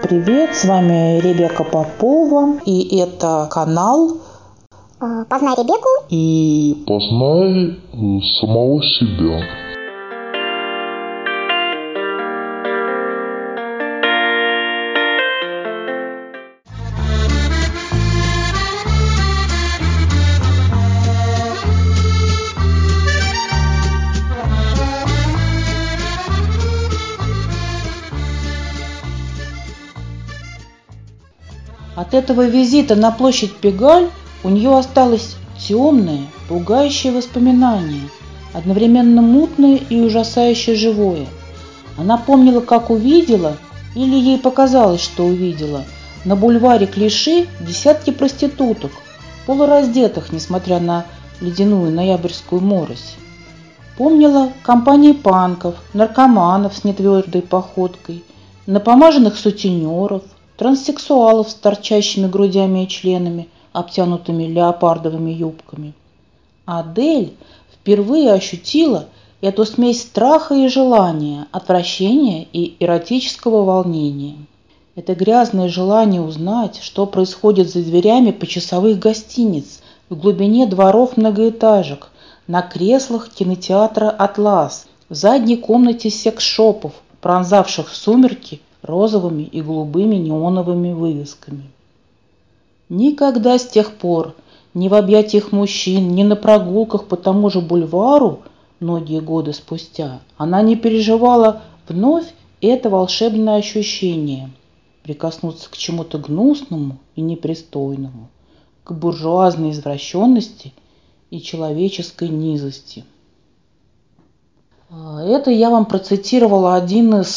привет! С вами Ребекка Попова, и это канал «Познай Ребекку» и «Познай самого себя». От этого визита на площадь Пегаль у нее осталось темное, пугающее воспоминание, одновременно мутное и ужасающе живое. Она помнила, как увидела, или ей показалось, что увидела, на бульваре Клиши десятки проституток, полураздетых, несмотря на ледяную ноябрьскую морось. Помнила компании панков, наркоманов с нетвердой походкой, напомаженных сутенеров, транссексуалов с торчащими грудями и членами, обтянутыми леопардовыми юбками. Адель впервые ощутила эту смесь страха и желания, отвращения и эротического волнения. Это грязное желание узнать, что происходит за дверями почасовых гостиниц, в глубине дворов многоэтажек, на креслах кинотеатра «Атлас», в задней комнате секс-шопов, пронзавших сумерки розовыми и голубыми неоновыми вывесками. Никогда с тех пор, ни в объятиях мужчин, ни на прогулках по тому же бульвару, многие годы спустя, она не переживала вновь это волшебное ощущение – прикоснуться к чему-то гнусному и непристойному, к буржуазной извращенности и человеческой низости. Это я вам процитировала один из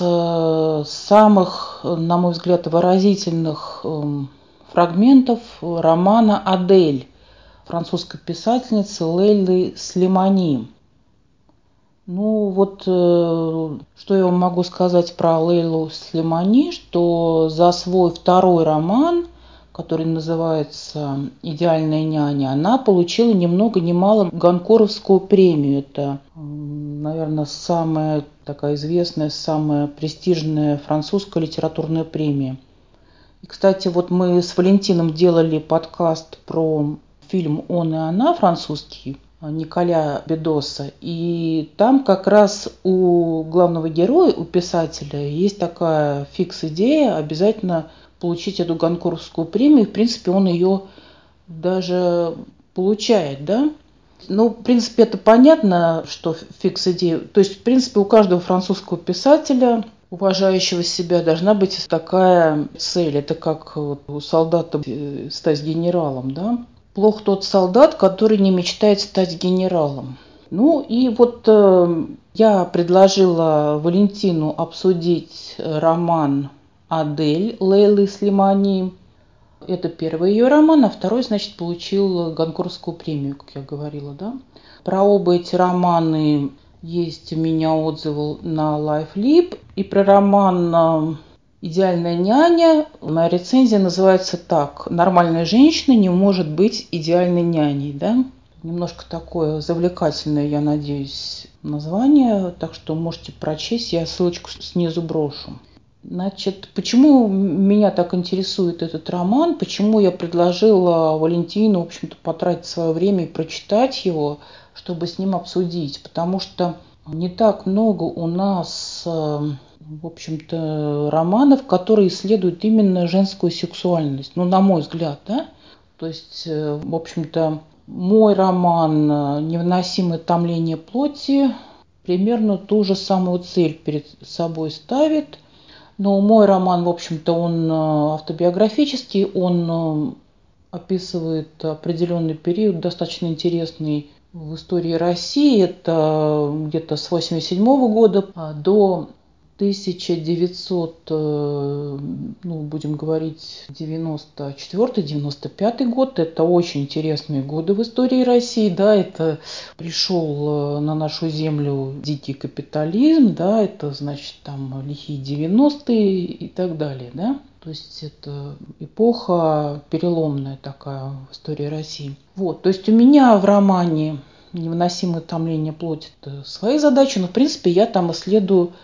самых, на мой взгляд, выразительных фрагментов романа «Адель» французской писательницы Лейлы Слимани. Ну вот, что я вам могу сказать про Лейлу Слимани, что за свой второй роман, который называется «Идеальная няня», она получила ни много ни мало Гонкоровскую премию. Это, наверное, самая такая известная, самая престижная французская литературная премия. И, кстати, вот мы с Валентином делали подкаст про фильм «Он и она» французский, Николя Бедоса. И там как раз у главного героя, у писателя, есть такая фикс-идея обязательно получить эту Гонкоровскую премию. В принципе, он ее даже получает, да? Ну, в принципе, это понятно, что фикс-идея. То есть, в принципе, у каждого французского писателя, уважающего себя, должна быть такая цель. Это как у солдата стать генералом, да? Плох тот солдат, который не мечтает стать генералом. Ну и вот я предложила Валентину обсудить роман «Адель» Лейлы Слимани. Это первый ее роман, а второй, значит, получил Гонкоровскую премию, как я говорила, да. Про оба эти романы есть у меня отзывы на LiveLib. И про роман «Идеальная няня» моя рецензия называется так: «Нормальная женщина не может быть идеальной няней», да. Немножко такое завлекательное, я надеюсь, название, так что можете прочесть, я ссылочку снизу брошу. Значит, почему меня так интересует этот роман, почему я предложила Валентину, в общем-то, потратить свое время и прочитать его, чтобы с ним обсудить, потому что не так много у нас, в общем-то, романов, которые исследуют именно женскую сексуальность, ну, на мой взгляд, да. То есть, в общем-то, мой роман «Невыносимое томление плоти» примерно ту же самую цель перед собой ставит. Но мой роман, в общем-то, он автобиографический, он описывает определенный период, достаточно интересный в истории России. Это где-то с 1987 года до 1900, ну, будем говорить, 94-95 год. Это очень интересные годы в истории России, да, это пришел на нашу землю дикий капитализм, да, это, значит, там лихие 90-е и так далее, да. То есть это эпоха переломная такая в истории России. Вот, то есть у меня в романе «Невыносимое томление плоти» — это свои задачи, но, в принципе, я там исследую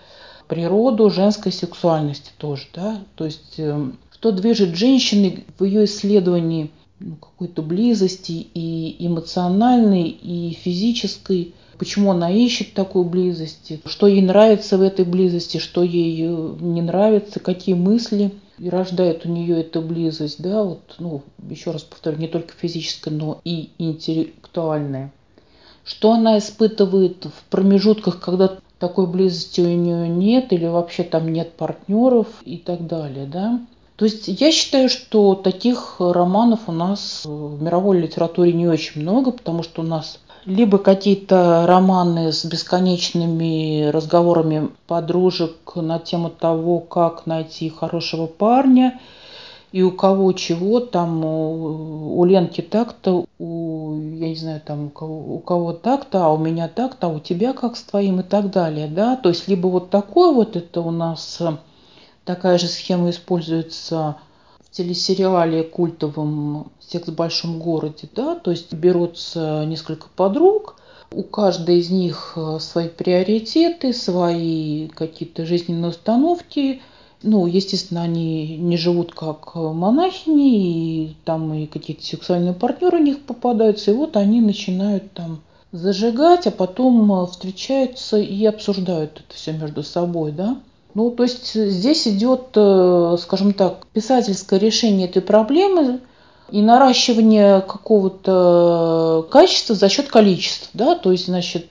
природу женской сексуальности тоже, да, то есть что движет женщиной в ее исследовании какой-то близости и эмоциональной, и физической, почему она ищет такой близости, что ей нравится в этой близости, что ей не нравится, какие мысли рождает у нее эта близость, да, вот, еще раз повторю, не только физическая, но и интеллектуальная. Что она испытывает в промежутках, когда такой близости у нее нет, или вообще там нет партнеров и так далее, да. То есть я считаю, что таких романов у нас в мировой литературе не очень много, потому что у нас либо какие-то романы с бесконечными разговорами подружек на тему того, как найти хорошего парня, и у кого чего, там у Ленки так-то, я не знаю, там у кого так-то, а у меня так-то, а у тебя как с твоим и так далее, да. То есть либо вот такое вот это у нас такая же схема используется в телесериале культовом «Секс в большом городе», да, то есть берутся несколько подруг, у каждой из них свои приоритеты, свои какие-то жизненные установки. Естественно, они не живут как монахини, и там и какие-то сексуальные партнеры у них попадаются, и вот они начинают там зажигать, а потом встречаются и обсуждают это все между собой, да. То есть здесь идет, скажем так, писательское решение этой проблемы и наращивание какого-то качества за счет количества, да, то есть, значит,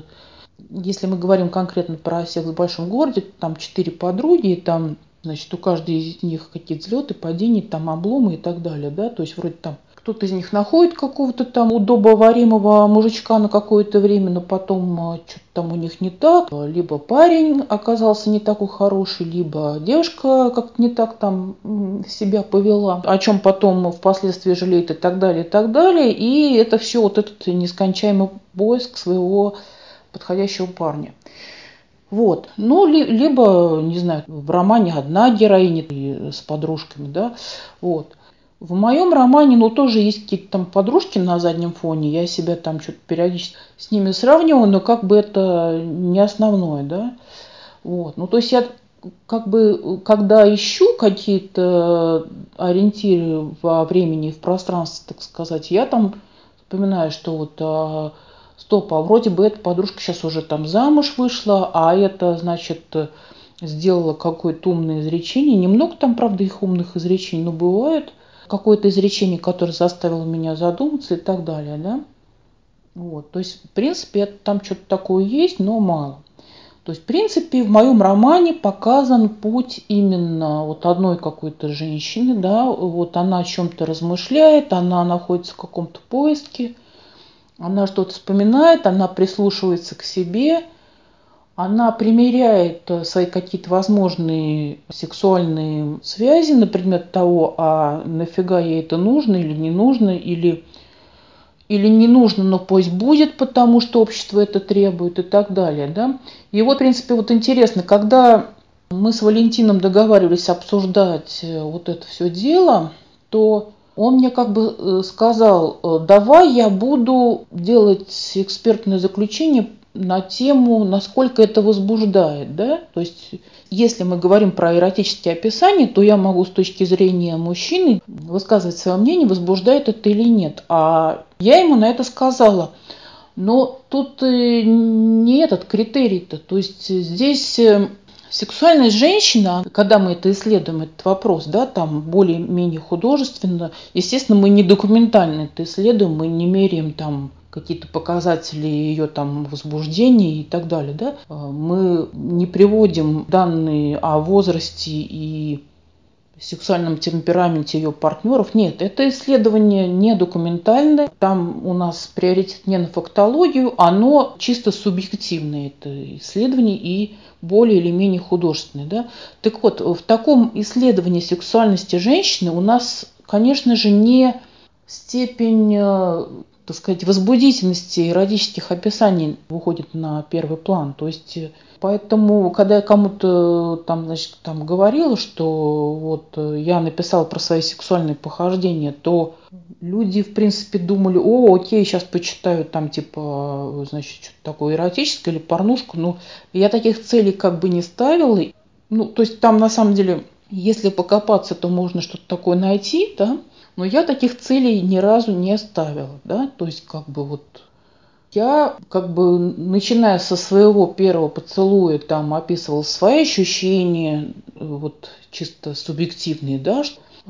если мы говорим конкретно про «Секс в большом городе», там 4 подруги, и там, значит, у каждой из них какие-то взлеты, падения, там обломы и так далее, да, то есть вроде там кто-то из них находит какого-то там удобоваримого мужичка на какое-то время, но потом что-то там у них не так. Либо парень оказался не такой хороший, либо девушка как-то не так там себя повела, о чем потом впоследствии жалеет и так далее, и так далее. И это все вот этот нескончаемый поиск своего подходящего парня. Вот. Либо, не знаю, в романе одна героиня с подружками, да, вот. В моем романе, тоже есть какие-то там подружки на заднем фоне, я себя там что-то периодически с ними сравниваю, но как бы это не основное, да. Вот. То есть я как бы, когда ищу какие-то ориентиры во времени и в пространстве, так сказать, я там вспоминаю, что вот стоп, а вроде бы эта подружка сейчас уже там замуж вышла, а это, значит, сделала какое-то умное изречение. Немного там, правда, их умных изречений, но бывает какое-то изречение, которое заставило меня задуматься и так далее, да. Вот. То есть, в принципе, там что-то такое есть, но мало. То есть, в принципе, в моем романе показан путь именно вот одной какой-то женщины, да, вот она о чем-то размышляет, она находится в каком-то поиске, она что-то вспоминает, она прислушивается к себе, она примеряет свои какие-то возможные сексуальные связи на предмет того, а нафига ей это нужно или не нужно, или не нужно, но пусть будет, потому что общество это требует и так далее. Да? И вот, в принципе, вот интересно, когда мы с Валентином договаривались обсуждать вот это все дело, то он мне как бы сказал, давай я буду делать экспертное заключение на тему, насколько это возбуждает. Да? То есть, если мы говорим про эротические описания, то я могу с точки зрения мужчины высказывать свое мнение, возбуждает это или нет. А я ему на это сказала. Но тут не этот критерий-то. То есть здесь сексуальность женщины, когда мы это исследуем, этот вопрос, да, там более-менее художественно, естественно, мы не документально это исследуем, мы не меряем там какие-то показатели ее там возбуждения и так далее, да. Мы не приводим данные о возрасте и сексуальном темпераменте ее партнеров. Нет, это исследование не документальное. Там у нас приоритет не на фактологию, оно чисто субъективное, это исследование, и более или менее художественное. Да? Так вот, в таком исследовании сексуальности женщины у нас, конечно же, не степень так сказать, возбудительности эротических описаний выходит на первый план. То есть, поэтому, когда я кому-то там, значит, там говорила, что вот я написала про свои сексуальные похождения, то люди, в принципе, думали: о, окей, сейчас почитаю там, типа, значит, что-то такое эротическое или порнушку. Но я таких целей как бы не ставила. Ну, то есть там, на самом деле, если покопаться, то можно что-то такое найти, да. Но я таких целей ни разу не ставила, да. То есть, как бы вот я, как бы, начиная со своего первого поцелуя, там описывала свои ощущения, вот чисто субъективные, да,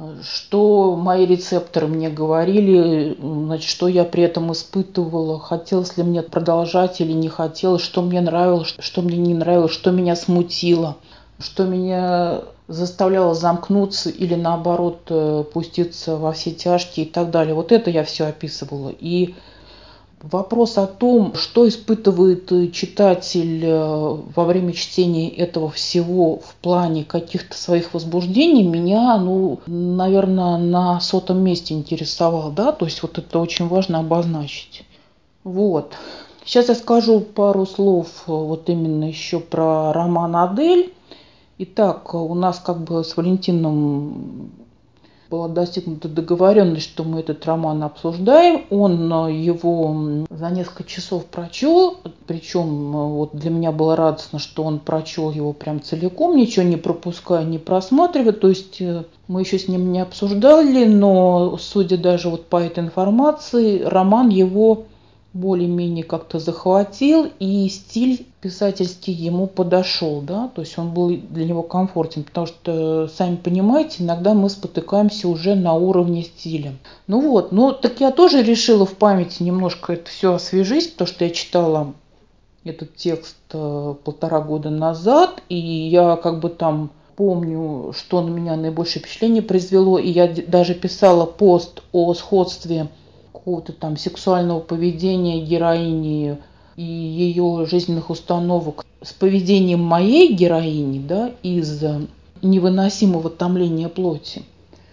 что мои рецепторы мне говорили, значит, что я при этом испытывала, хотелось ли мне продолжать или не хотелось, что мне нравилось, что мне не нравилось, что меня смутило, что меня заставляло замкнуться или наоборот пуститься во все тяжкие и так далее. Вот это я все описывала. И вопрос о том, что испытывает читатель во время чтения этого всего в плане каких-то своих возбуждений, меня, ну, наверное, на сотом месте интересовал, да, то есть вот это очень важно обозначить. Вот. Сейчас я скажу пару слов вот именно еще про роман «Адель». Итак, у нас как бы с Валентином была достигнута договоренность, что мы этот роман обсуждаем. Он его за несколько часов прочел, причем вот для меня было радостно, что он прочел его прям целиком, ничего не пропуская, не просматривая. То есть мы еще с ним не обсуждали, но судя даже вот по этой информации, роман его более-менее как-то захватил, и стиль писательский ему подошел, да, то есть он был для него комфортен, потому что, сами понимаете, иногда мы спотыкаемся уже на уровне стиля. Ну вот, ну так я тоже решила в памяти немножко это все освежить, потому что я читала этот текст 1,5 года назад, и я как бы там помню, что на меня наибольшее впечатление произвело, и я даже писала пост о сходстве какого-то там сексуального поведения героини и ее жизненных установок с поведением моей героини, да, из невыносимого томления плоти.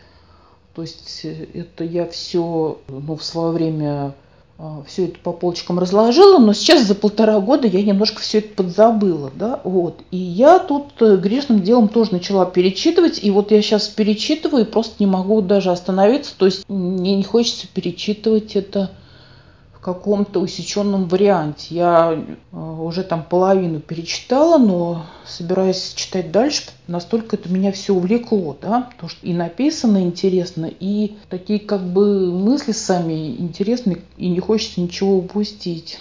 То есть это я все, ну, в свое время все это по полочкам разложила, но сейчас за 1,5 года я немножко все это подзабыла, да, вот. И я тут грешным делом тоже начала перечитывать, и вот я сейчас перечитываю и просто не могу даже остановиться, то есть мне не хочется перечитывать это в каком-то усеченном варианте. Я уже там половину перечитала, но собираюсь читать дальше, настолько это меня все увлекло, да, потому что и написано интересно, и такие как бы мысли сами интересные, и не хочется ничего упустить.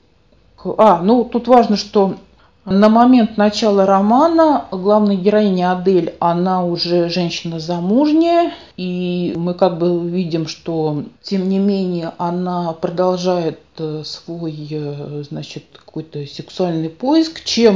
Ну тут важно, что на момент начала романа главная героиня Адель, она уже женщина замужняя, и мы как бы видим, что тем не менее она продолжает свой, значит, какой-то сексуальный поиск.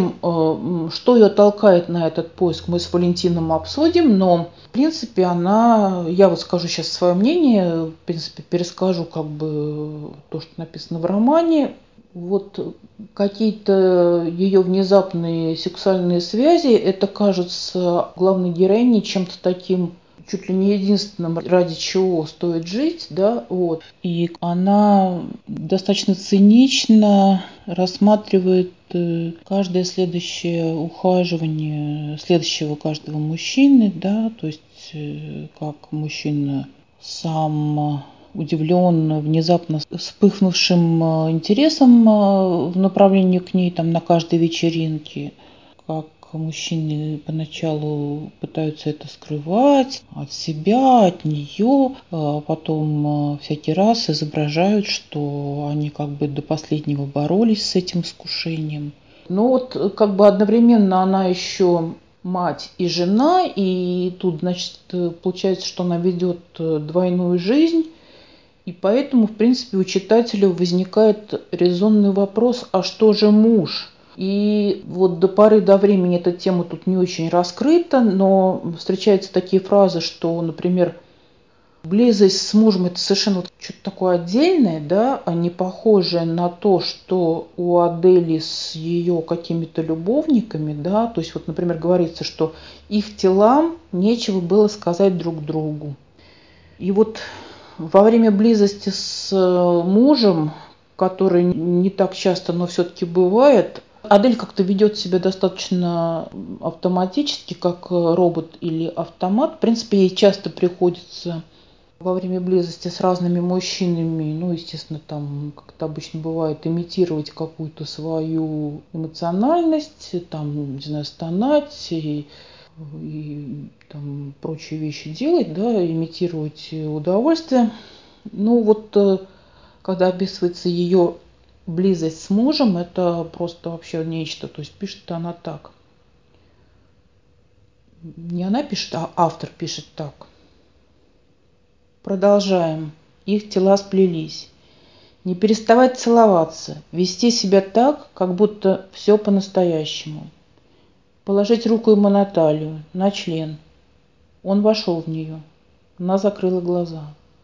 Что ее толкает на этот поиск, мы с Валентином обсудим, но в принципе я вот скажу сейчас свое мнение, в принципе перескажу как бы то, что написано в романе. Вот какие-то ее внезапные сексуальные связи, это кажется главной героиней чем-то таким чуть ли не единственным, ради чего стоит жить, да, вот. И она достаточно цинично рассматривает каждое следующее ухаживание следующего каждого мужчины, да, то есть как мужчина сам удивлен внезапно вспыхнувшим интересом в направлении к ней там на каждой вечеринке, как мужчины поначалу пытаются это скрывать от себя, от нее, а потом всякий раз изображают, что они как бы до последнего боролись с этим искушением. Но вот как бы одновременно она еще мать и жена, и тут, значит, получается, что она ведет двойную жизнь. И поэтому, в принципе, у читателя возникает резонный вопрос: а что же муж? И вот до поры до времени эта тема тут не очень раскрыта, но встречаются такие фразы, что, например, близость с мужем — это совершенно вот что-то такое отдельное, да, а не похожее на то, что у Адели с ее какими-то любовниками, да, то есть вот, например, говорится, что их телам нечего было сказать друг другу. И вот во время близости с мужем, который не так часто, но все-таки бывает, Адель как-то ведет себя достаточно автоматически, как робот или автомат. В принципе, ей часто приходится во время близости с разными мужчинами, ну, естественно, там, как это обычно бывает, имитировать какую-то свою эмоциональность, там, не знаю, стонать и там прочие вещи делать, да, имитировать удовольствие. Ну, вот когда описывается ее близость с мужем, это просто вообще нечто. То есть пишет она так. Не она пишет, а автор пишет так. Продолжаем. Их тела сплелись. Не переставать целоваться, вести себя так, как будто все по-настоящему. Положить руку ему на талию, на член. Он вошел в нее. Она закрыла глаза.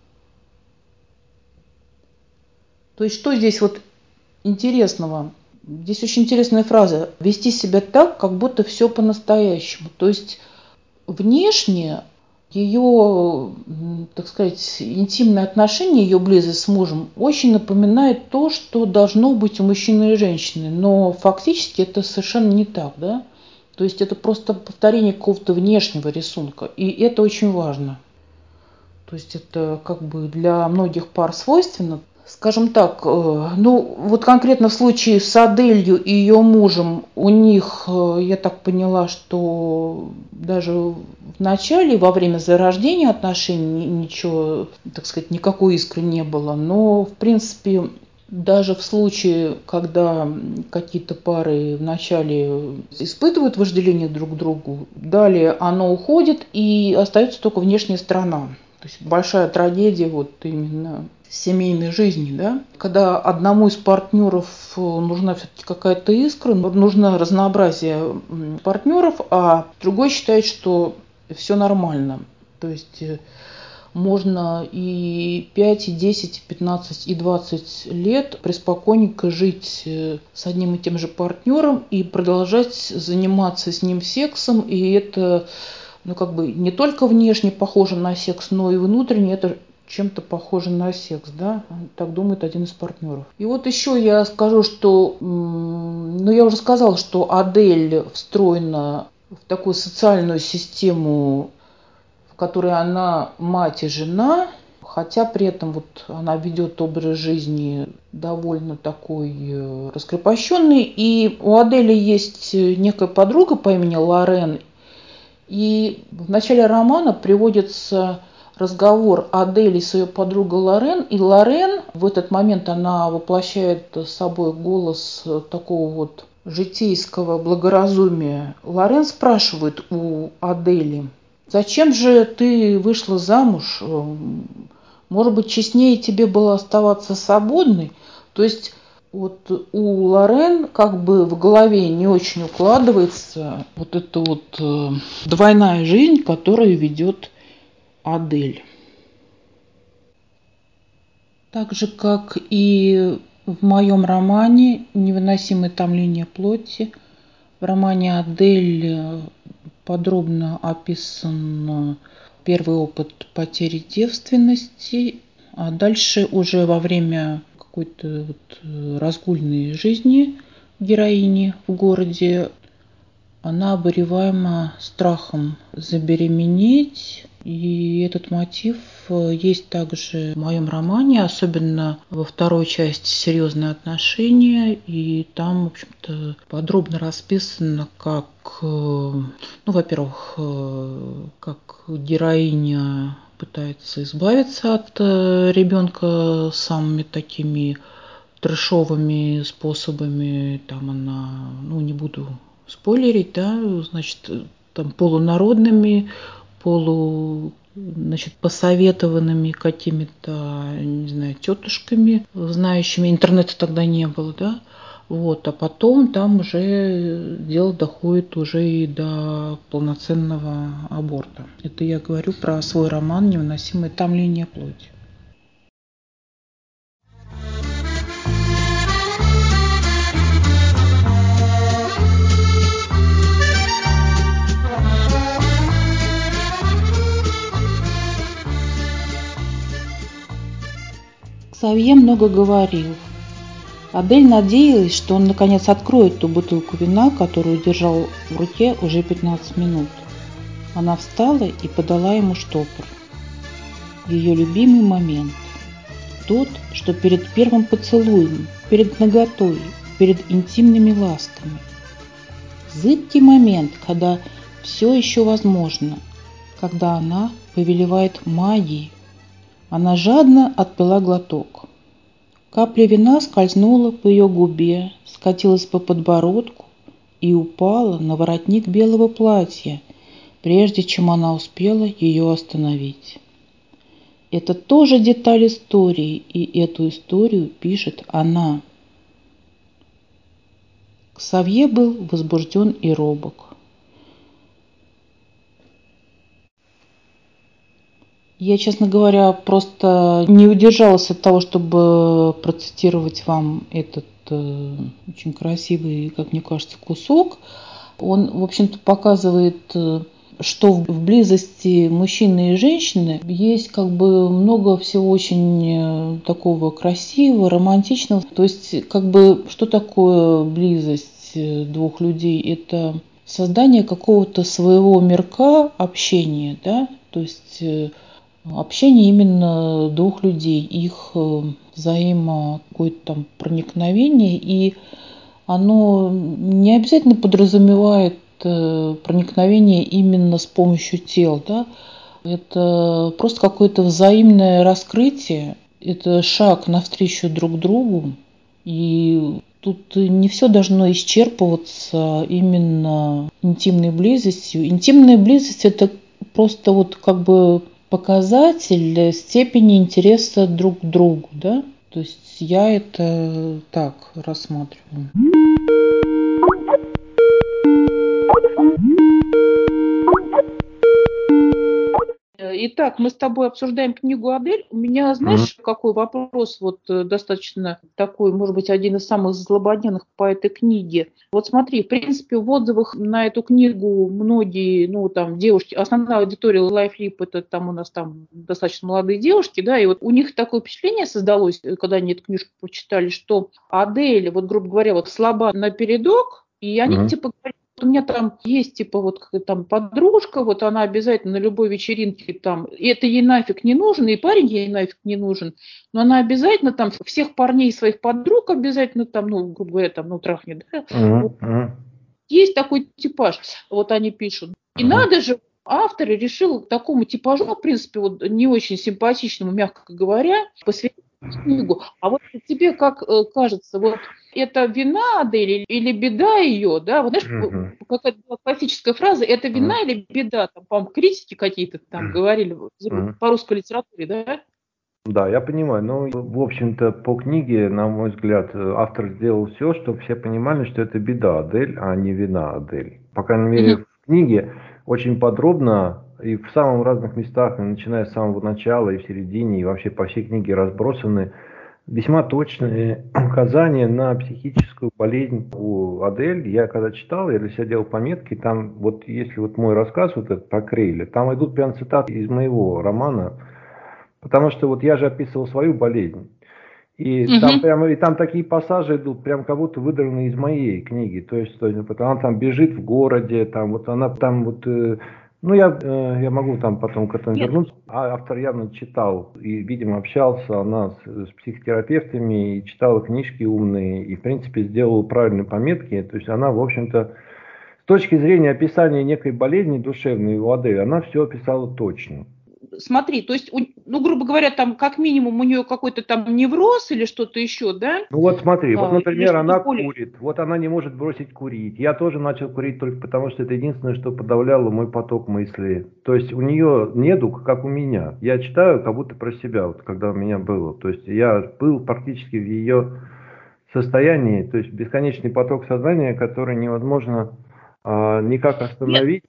То есть что здесь вот интересного? Здесь очень интересная фраза. Вести себя так, как будто все по-настоящему. То есть внешне ее, так сказать, интимные отношения, ее близость с мужем очень напоминает то, что должно быть у мужчины и женщины. Но фактически это совершенно не так, да? То есть это просто повторение какого-то внешнего рисунка. И это очень важно. То есть это как бы для многих пар свойственно. Скажем так, ну вот конкретно в случае с Аделью и ее мужем, у них, я так поняла, что даже в начале, во время зарождения отношений ничего, так сказать, никакой искры не было. Но, в принципе, даже в случае, когда какие-то пары вначале испытывают вожделение друг к другу, далее оно уходит и остается только внешняя сторона. То есть большая трагедия вот именно семейной жизни, да, когда одному из партнеров нужна все-таки какая-то искра, нужно разнообразие партнеров, а другой считает, что все нормально. То есть можно и 5, и 10, и 15, и 20 лет преспокойненько жить с одним и тем же партнером и продолжать заниматься с ним сексом, и это, ну, как бы не только внешне похоже на секс, но и внутренне это чем-то похоже на секс, да, так думает один из партнеров. И вот еще я скажу, что, ну, я уже сказала, что Адель встроена в такую социальную систему, в которой она мать и жена, хотя при этом вот она ведет образ жизни довольно такой раскрепощенный. И у Адели есть некая подруга по имени Лорен, и в начале романа приводится разговор Адели с ее подругой Лорен. И Лорен в этот момент она воплощает собой голос такого вот житейского благоразумия. Лорен спрашивает у Адели: «Зачем же ты вышла замуж? Может быть, честнее тебе было оставаться свободной?» То есть вот у Лорен как бы в голове не очень укладывается вот эта вот двойная жизнь, которую ведет Адель. Так же, как и в моем романе «Невыносимое томление плоти», в романе Адель подробно описан первый опыт потери девственности, а дальше уже во время какой-то вот разгульной жизни героини в городе она обуреваема страхом забеременеть. И этот мотив есть также в моем романе, особенно во второй части «Серьезные отношения». И там, в общем-то, подробно расписано, как, ну, во-первых, как героиня пытается избавиться от ребенка самыми такими трэшовыми способами. Там она, ну, не буду спойлерить, да, значит, там полународными, значит, посоветованными какими-то, не знаю, тетушками, знающими, интернета тогда не было, да, вот, а потом там уже дело доходит уже и до полноценного аборта. Это я говорю про свой роман «Невыносимое томление плоти». Ксавье много говорил. Адель надеялась, что он наконец откроет ту бутылку вина, которую держал в руке уже 15 минут. Она встала и подала ему штопор. Ее любимый момент. Тот, что перед первым поцелуем, перед наготой, перед интимными ласками. Зыбкий момент, когда все еще возможно, когда она повелевает магией. Она жадно отпила глоток. Капля вина скользнула по ее губе, скатилась по подбородку и упала на воротник белого платья, прежде чем она успела ее остановить. Это тоже деталь истории, и эту историю пишет она. Ксавье был возбужден и робок. Я, честно говоря, просто не удержалась от того, чтобы процитировать вам этот очень красивый, как мне кажется, кусок. Он, в общем-то, показывает, что в близости мужчины и женщины есть как бы много всего очень такого красивого, романтичного. То есть, как бы, что такое близость двух людей? Это создание какого-то своего мирка общения, да, то есть общение именно двух людей, их какое-то там проникновение, и оно не обязательно подразумевает проникновение именно с помощью тел, да, это просто какое-то взаимное раскрытие, это шаг навстречу друг другу, и тут не все должно исчерпываться именно интимной близостью. Интимная близость – это просто вот как бы показатель степени интереса друг к другу, да? То есть я это так рассматриваю. Итак, мы с тобой обсуждаем книгу Адель. У меня, знаешь, какой вопрос, вот достаточно такой, может быть, один из самых злободневных по этой книге. Вот смотри, в принципе, в отзывах на эту книгу многие, ну, там, девушки, основная аудитория LifeLip, это там у нас там достаточно молодые девушки, да, и вот у них такое впечатление создалось, когда они эту книжку прочитали, что Адель, вот, грубо говоря, вот слаба напередок, и они типа говорят, у меня там есть, типа, вот там подружка, вот она обязательно на любой вечеринке там, и это ей нафиг не нужно, и парень ей нафиг не нужен, но она обязательно там всех парней своих подруг обязательно там, ну, грубо говоря, там, ну, трахнет, да? Вот. Есть такой типаж, вот они пишут. И надо же, автор решил такому типажу, в принципе, вот не очень симпатичному, мягко говоря, посвятить книгу. А вот тебе как кажется, вот это вина Адели или беда ее, да? Вот знаешь, какая-то была классическая фраза, это вина или беда? Там, по-моему, критики какие-то там говорили по русской литературе, да? Да, я понимаю. Но, в общем-то, по книге, на мой взгляд, автор сделал все, чтобы все понимали, что это беда Адель, а не вина Адель. По крайней мере, в книге очень подробно и в самых разных местах, и начиная с самого начала, и в середине, и вообще по всей книге разбросаны весьма точные указания на психическую болезнь у Адель. Я когда читал, я для себя делал пометки, там вот если вот мой рассказ вот этот про Крейля, там идут прям цитаты из моего романа, потому что вот я же описывал свою болезнь. И там прямо, и там такие пассажи идут, прям как будто выдраны из моей книги. То есть вот она там бежит в городе, там вот она там вот, ну я могу там потом к этому вернуться. А автор явно читал и, видимо, общался она с психотерапевтами и читала книжки умные и, в принципе, сделала правильные пометки. То есть она, в общем-то, с точки зрения описания некой болезни душевной у Адель, она все описала точно. Смотри, то есть, ну, грубо говоря, там как минимум у нее какой-то там невроз или что-то еще, да? Ну вот смотри, вот, например, она более... курит, вот она не может бросить курить. Я тоже начал курить только потому, что это единственное, что подавляло мой поток мыслей. То есть у нее недуг, как у меня. Я читаю как будто про себя, вот когда у меня было. То есть я был практически в ее состоянии, то есть бесконечный поток сознания, который невозможно никак остановить.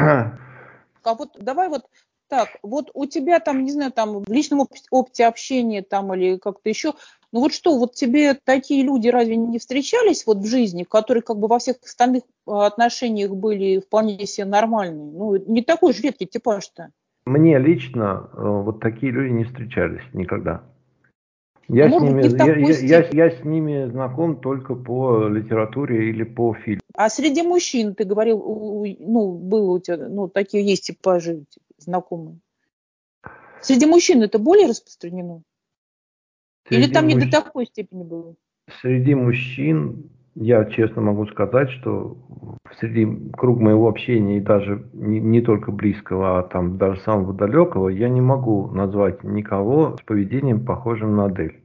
А вот давай вот так, вот у тебя там, не знаю, там в личном опыте общения там или как-то еще, ну вот что, вот тебе такие люди разве не встречались вот в жизни, которые как бы во всех остальных отношениях были вполне себе нормальные? Ну, не такой же редкий типаж-то. Мне лично вот такие люди не встречались никогда. Я с Может быть, ними, не в такой степени. я с ними знаком только по литературе или по фильму. А среди мужчин, ты говорил, ну, было у тебя, ну, такие есть типажи знакомые. Среди мужчин это более распространено? Или Среди, там не до мужчин. такой степени было? Среди мужчин, я честно могу сказать, что среди круг моего общения и даже не только близкого, а там даже самого далекого, я не могу назвать никого с поведением, похожим на Адель.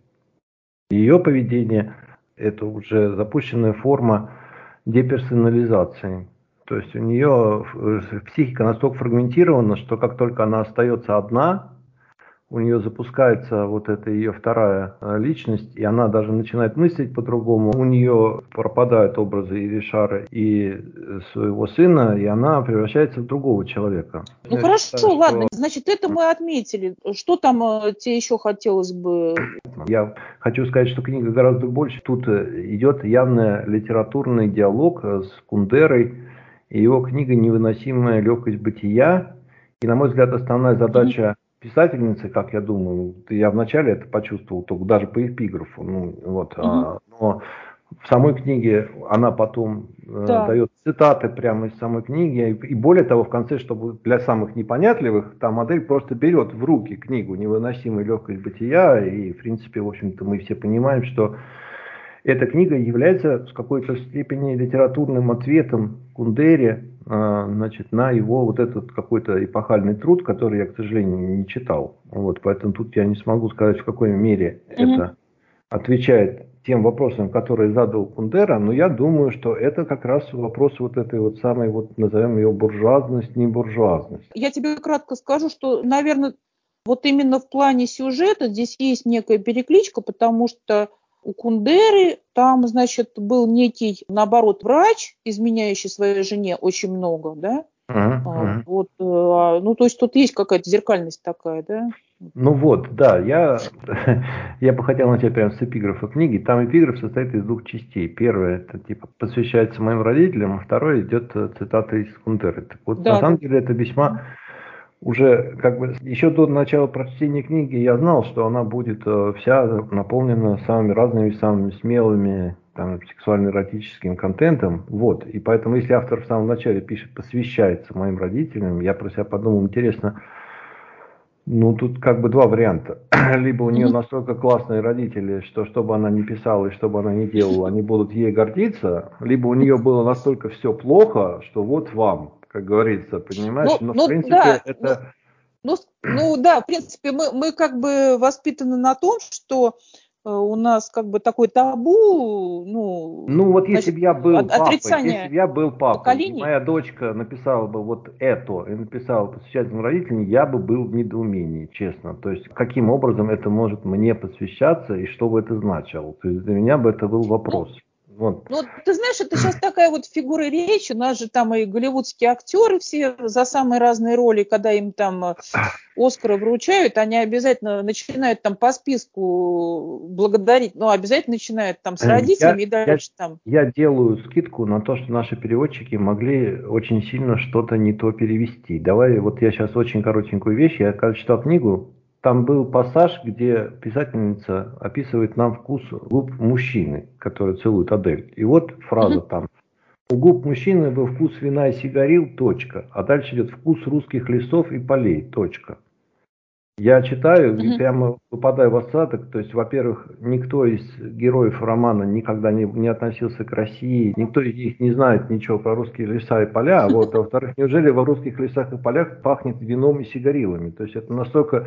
Ее поведение – это уже запущенная форма деперсонализации. То есть у нее психика настолько фрагментирована, что как только она остается одна, у нее запускается вот эта ее вторая личность, и она даже начинает мыслить по-другому. У нее пропадают образы и Ришара, и своего сына, и она превращается в другого человека. Ну Я считаю, хорошо, ладно, что значит, это мы отметили. Что там тебе еще хотелось бы? я хочу сказать, что книга гораздо больше. Тут идет явный литературный диалог с Кундерой, и его книга «Невыносимая легкость бытия». И, на мой взгляд, основная задача писательницы, как я думаю, я вначале это почувствовал, только даже по эпиграфу, ну, вот, но в самой книге она потом Да. дает цитаты прямо из самой книги, и более того, в конце, чтобы для самых непонятливых, та модель просто берет в руки книгу «Невыносимая легкость бытия», и, в принципе, в общем-то, мы все понимаем, что эта книга является в какой-то степени литературным ответом Кундере, значит, на его вот этот какой-то эпохальный труд, который я, к сожалению, не читал. Вот, поэтому тут я не смогу сказать, в какой мере это отвечает тем вопросам, которые задал Кундера, но я думаю, что это как раз вопрос вот этой вот самой, вот назовем ее буржуазность, не буржуазность. Я тебе кратко скажу, что, наверное, вот именно в плане сюжета здесь есть некая перекличка, потому что у Кундеры там, значит, был некий, наоборот, врач, изменяющий своей жене очень много, да? Вот, ну, то есть тут есть какая-то зеркальность такая, да? Ну вот, да, я бы хотел начать прямо с эпиграфа книги. Там эпиграф состоит из двух частей. Первое, это типа посвящается моим родителям, а второе идет цитата из Кундеры. Так вот, на Да, самом да. деле это весьма уже как бы еще до начала прочтения книги я знал, что она будет вся наполнена самыми разными, самыми смелыми там, сексуально-эротическим контентом. Вот. И поэтому, если автор в самом начале пишет «посвящается моим родителям», я про себя подумал, интересно, ну, тут как бы два варианта. Либо у нее настолько классные родители, что бы она ни писала и что бы она ни делала, они будут ей гордиться. Либо у нее было настолько все плохо, что вот вам, как говорится, понимаешь? Но в Ну принципе да, это... ну да, в принципе, мы как бы воспитаны на том, что у нас как бы такой табу, Ну ну, вот если значит, бы я был папой, если отрицание бы я был папой, и поколений. моя дочка написала бы вот это, и написала посвящать моим родителям, я бы был в недоумении, честно. То есть каким образом это может мне посвящаться и что бы это значило? То есть для меня бы это был Ну, вопрос. Вот. ну, ты знаешь, это сейчас такая вот фигура речи. У нас же там и голливудские актеры все за самые разные роли, когда им там Оскара вручают, они обязательно начинают там по списку благодарить, ну, обязательно начинают там с Я, родителями и я, дальше там. я делаю скидку на то, что наши переводчики могли очень сильно что-то не то перевести. Давай, вот я сейчас очень коротенькую вещь. Я когда читал книгу, там был пассаж, где писательница описывает нам вкус губ мужчины, который целует Адель. И вот фраза там. У губ мужчины был вкус вина и сигарил, точка. А дальше идет вкус русских лесов и полей, точка. Я читаю и прямо попадаю в осадок. То есть, во-первых, никто из героев романа никогда не относился к России, никто из них не знает ничего про русские леса и поля. А вот, во-вторых, неужели во русских лесах и полях пахнет вином и сигарилами? То есть это настолько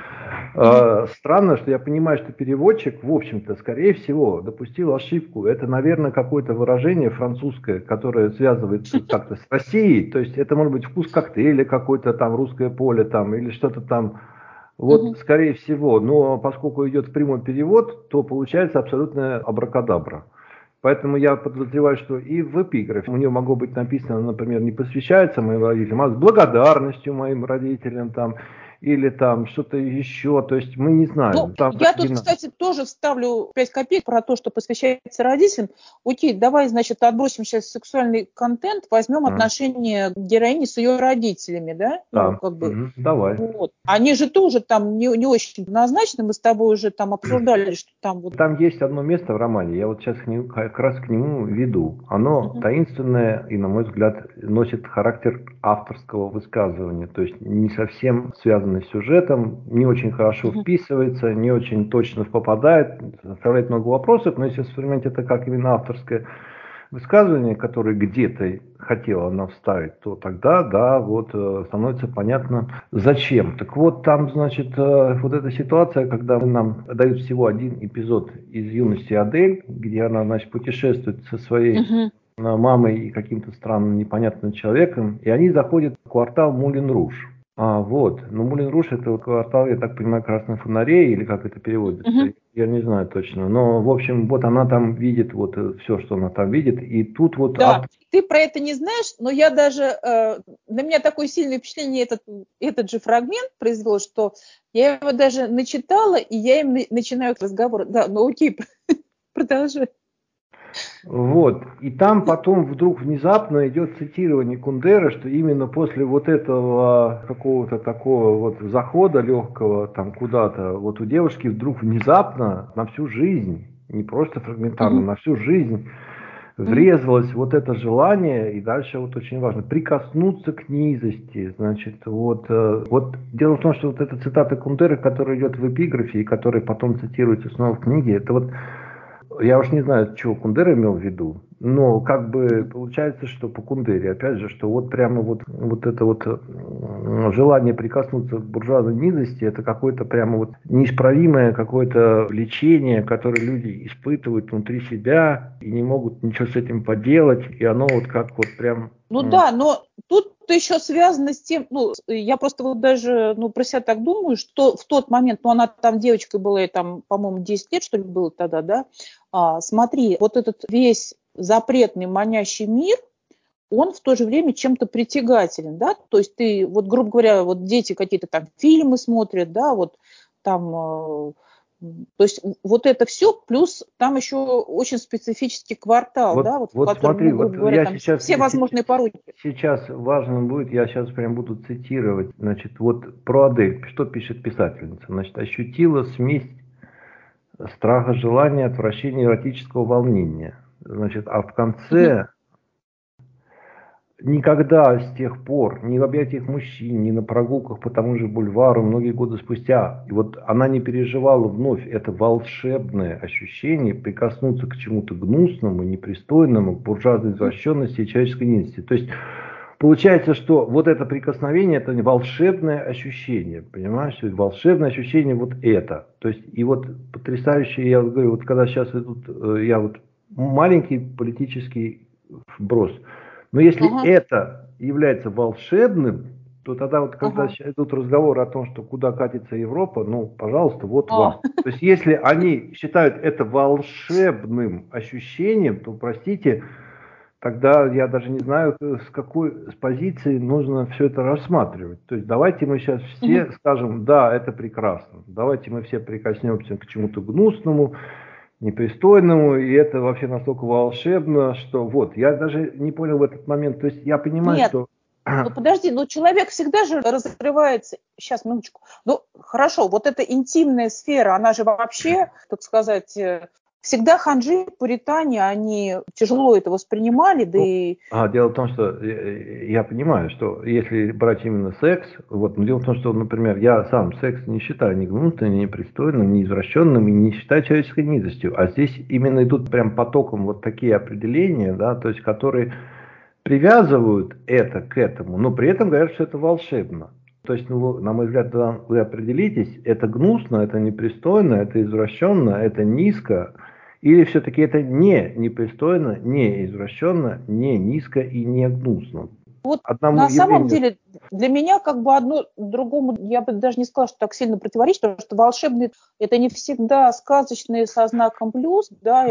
странно, что я понимаю, что переводчик, в общем-то, скорее всего, допустил ошибку. Это, наверное, какое-то выражение французское, которое связывается как-то с Россией. То есть это может быть вкус коктейля какой-то там, русское поле там, или что-то там. Вот, скорее всего, но поскольку идет прямой перевод, то получается абсолютная абракадабра. Поэтому я подозреваю, что и в эпиграфе у нее могло быть написано, например, не посвящается моим родителям, а с благодарностью моим родителям там, или там что-то еще, то есть мы не знаем. Ну, Там я тут, вина. кстати, тоже вставлю 5 копеек про то, что посвящается родителям. Окей, давай, значит, отбросим сейчас сексуальный контент, возьмем отношения героини с ее родителями, да? Ну, Да, как бы, давай. вот. Они же тоже там не очень однозначны, мы с тобой уже там обсуждали, что там вот... Там есть одно место в романе, я вот сейчас как раз к нему веду. Оно таинственное и, на мой взгляд, носит характер авторского высказывания, то есть не совсем связанный с сюжетом, не очень хорошо вписывается, не очень точно попадает, оставляет много вопросов, но если вспоминать это как именно авторское высказывание, которое где-то хотела она вставить, то тогда, да, вот становится понятно, зачем. Так вот, там, значит, вот эта ситуация, когда нам дают всего один эпизод из «Юности Адель», где она, значит, путешествует со своей мамой и каким-то странным непонятным человеком, и они заходят в квартал Мулен-Руж. Вот. Но Мулен-Руж — это квартал, я так понимаю, красных фонарей, или как это переводится, я не знаю точно. Но, в общем, вот она там видит вот все, что она там видит, и тут вот... Да, ты про это не знаешь, но я даже... на меня такое сильное впечатление этот же фрагмент произвел, что я его даже начитала, и я им начинаю разговор. Да, ну окей, продолжай. Вот. И там потом вдруг внезапно идет цитирование Кундеры, что именно после вот этого какого-то такого вот захода легкого там куда-то, вот у девушки вдруг внезапно на всю жизнь, не просто фрагментарно, на всю жизнь врезалось вот это желание, и дальше вот очень важно, прикоснуться к низости. Значит, вот дело в том, что вот эта цитата Кундеры, которая идет в эпиграфе и которая потом цитируется снова в книге, это вот я уж не знаю, чего Кундера имел в виду, но как бы получается, что по Кундере, опять же, что вот прямо вот это вот желание прикоснуться к буржуазной низости, это какое-то прямо вот неисправимое какое-то влечение, которое люди испытывают внутри себя и не могут ничего с этим поделать, и оно вот как вот прям... Ну да, но тут еще связано с тем, ну, я просто вот даже, ну, про себя так думаю, что в тот момент, ну, она там девочкой была, там, по-моему, 10 лет, что ли, было тогда, да, смотри, вот этот весь запретный манящий мир, он в то же время чем-то притягателен, да, то есть ты, вот, грубо говоря, вот дети какие-то там фильмы смотрят, да, вот там, то есть вот это все, плюс там еще очень специфический квартал, да, вот в Вот котором, смотри, ну, грубо вот говоря, я там все возможные пороки. сейчас важно будет, я сейчас прям буду цитировать, значит, вот про Адель, что пишет писательница, значит, ощутила смесь страха, желания, отвращения, эротического волнения, значит, а в конце никогда с тех пор, ни в объятиях мужчин, ни на прогулках по тому же бульвару многие годы спустя, и вот она не переживала вновь это волшебное ощущение прикоснуться к чему-то гнусному, непристойному, к буржуазной извращенности и человеческой низости. То есть получается, что вот это прикосновение — это волшебное ощущение, понимаешь? Волшебное ощущение вот это. То есть и вот потрясающее, я вот говорю, вот когда сейчас идут, я вот маленький политический вброс, но если это является волшебным, то тогда вот, когда идут разговоры о том, что куда катится Европа, ну, пожалуйста, вот вам. То есть, если они считают это волшебным ощущением, то, простите, тогда я даже не знаю, с позиции нужно все это рассматривать. То есть, давайте мы сейчас все скажем, да, это прекрасно. Давайте мы все прикоснемся к чему-то гнусному, непристойному, и это вообще настолько волшебно, что вот, я даже не понял в этот момент, то есть я понимаю, Нет, что... ну подожди, ну человек всегда же разрывается, сейчас, минуточку, ну хорошо, вот эта интимная сфера, она же вообще, так сказать, всегда ханжи, пуритане, они тяжело это воспринимали, да и... Дело в том, что я понимаю, что если брать именно секс, вот, но дело в том, что, например, я сам секс не считаю ни гнусным, ни непристойным, ни извращенным, и не считаю человеческой низостью, а здесь именно идут прям потоком вот такие определения, да, то есть которые привязывают это к этому, но при этом говорят, что это волшебно. То есть, ну, на мой взгляд, вы определитесь, это гнусно, это непристойно, это извращенно, это низко, или все-таки это не непристойно, не извращенно, не низко и не гнусно. Вот Одному на самом явлению... деле для меня как бы одно другому, я бы даже не сказала, что так сильно противоречит, потому что волшебный это не всегда сказочные со знаком плюс, да,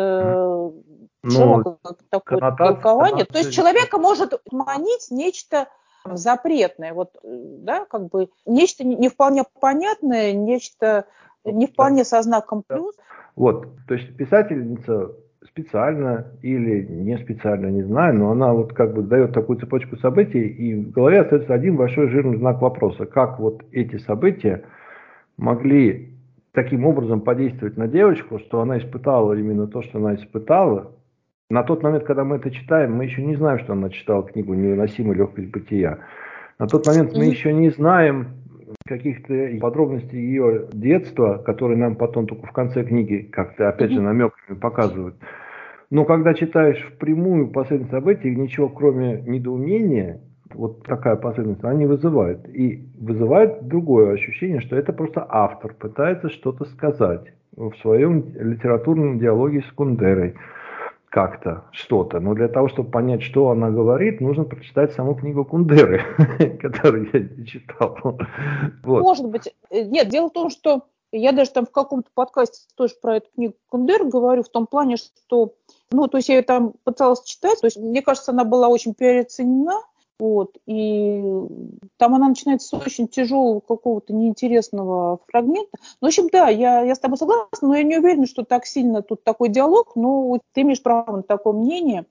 это широкое такое толкование. То есть человека может манить нечто запретное, вот, да, как бы нечто не вполне понятное, нечто не вполне со знаком плюс. Вот, то есть писательница специально или не специально, не знаю, но она вот как бы дает такую цепочку событий, и в голове остается один большой жирный знак вопроса, как вот эти события могли таким образом подействовать на девочку, что она испытала именно то, что она испытала. На тот момент, когда мы это читаем, мы еще не знаем, что она читала книгу «Невыносимая легкость бытия». На тот момент мы еще не знаем каких-то подробностей ее детства, которые нам потом только в конце книги как-то, опять же, намеками показывают. Но когда читаешь впрямую последние события, ничего кроме недоумения, вот такая последовательность, она не вызывает. И вызывает другое ощущение, что это просто автор пытается что-то сказать в своем литературном диалоге с Кундерой. Как-то, что-то. Но для того, чтобы понять, что она говорит, нужно прочитать саму книгу Кундеры, которую я не читал. Вот. Может быть. Нет, дело в том, что я даже там в каком-то подкасте тоже про эту книгу Кундеры говорю, в том плане, что, ну, то есть я ее там пыталась читать, то есть мне кажется, она была очень переоценена, вот, и там она начинается с очень тяжелого какого-то неинтересного фрагмента. Ну, в общем, да, я с тобой согласна, но я не уверена, что так сильно тут такой диалог, но ты имеешь право на такое мнение.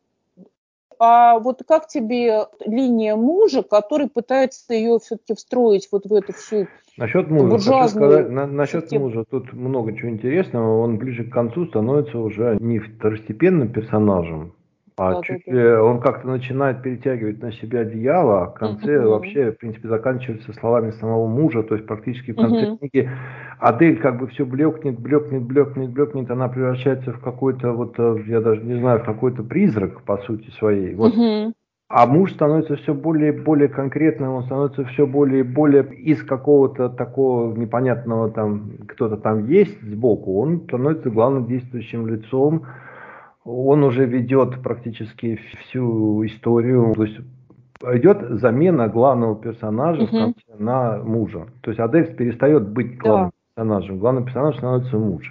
А вот как тебе линия мужа, который пытается ее все-таки встроить вот в эту всю Насчет мужа, хочу сказать, буржуазную насчет систему? мужа тут много чего интересного. Он ближе к концу становится уже не второстепенным персонажем, а Да, да, чуть да. ли он как-то начинает перетягивать на себя одеяло, а в конце вообще, в принципе, заканчивается словами самого мужа, то есть практически в конце книги Адель как бы все блекнет, блекнет, блекнет, блекнет, она превращается в какой-то вот, я даже не знаю, в какой-то призрак по сути своей. Вот. А муж становится все более и более конкретным, он становится все более и более из какого-то такого непонятного там, кто-то там есть сбоку, он становится главным действующим лицом, он уже ведет практически всю историю, то есть идет замена главного персонажа в конце на мужа. То есть Адель перестает быть главным персонажем, главным персонажем становится муж.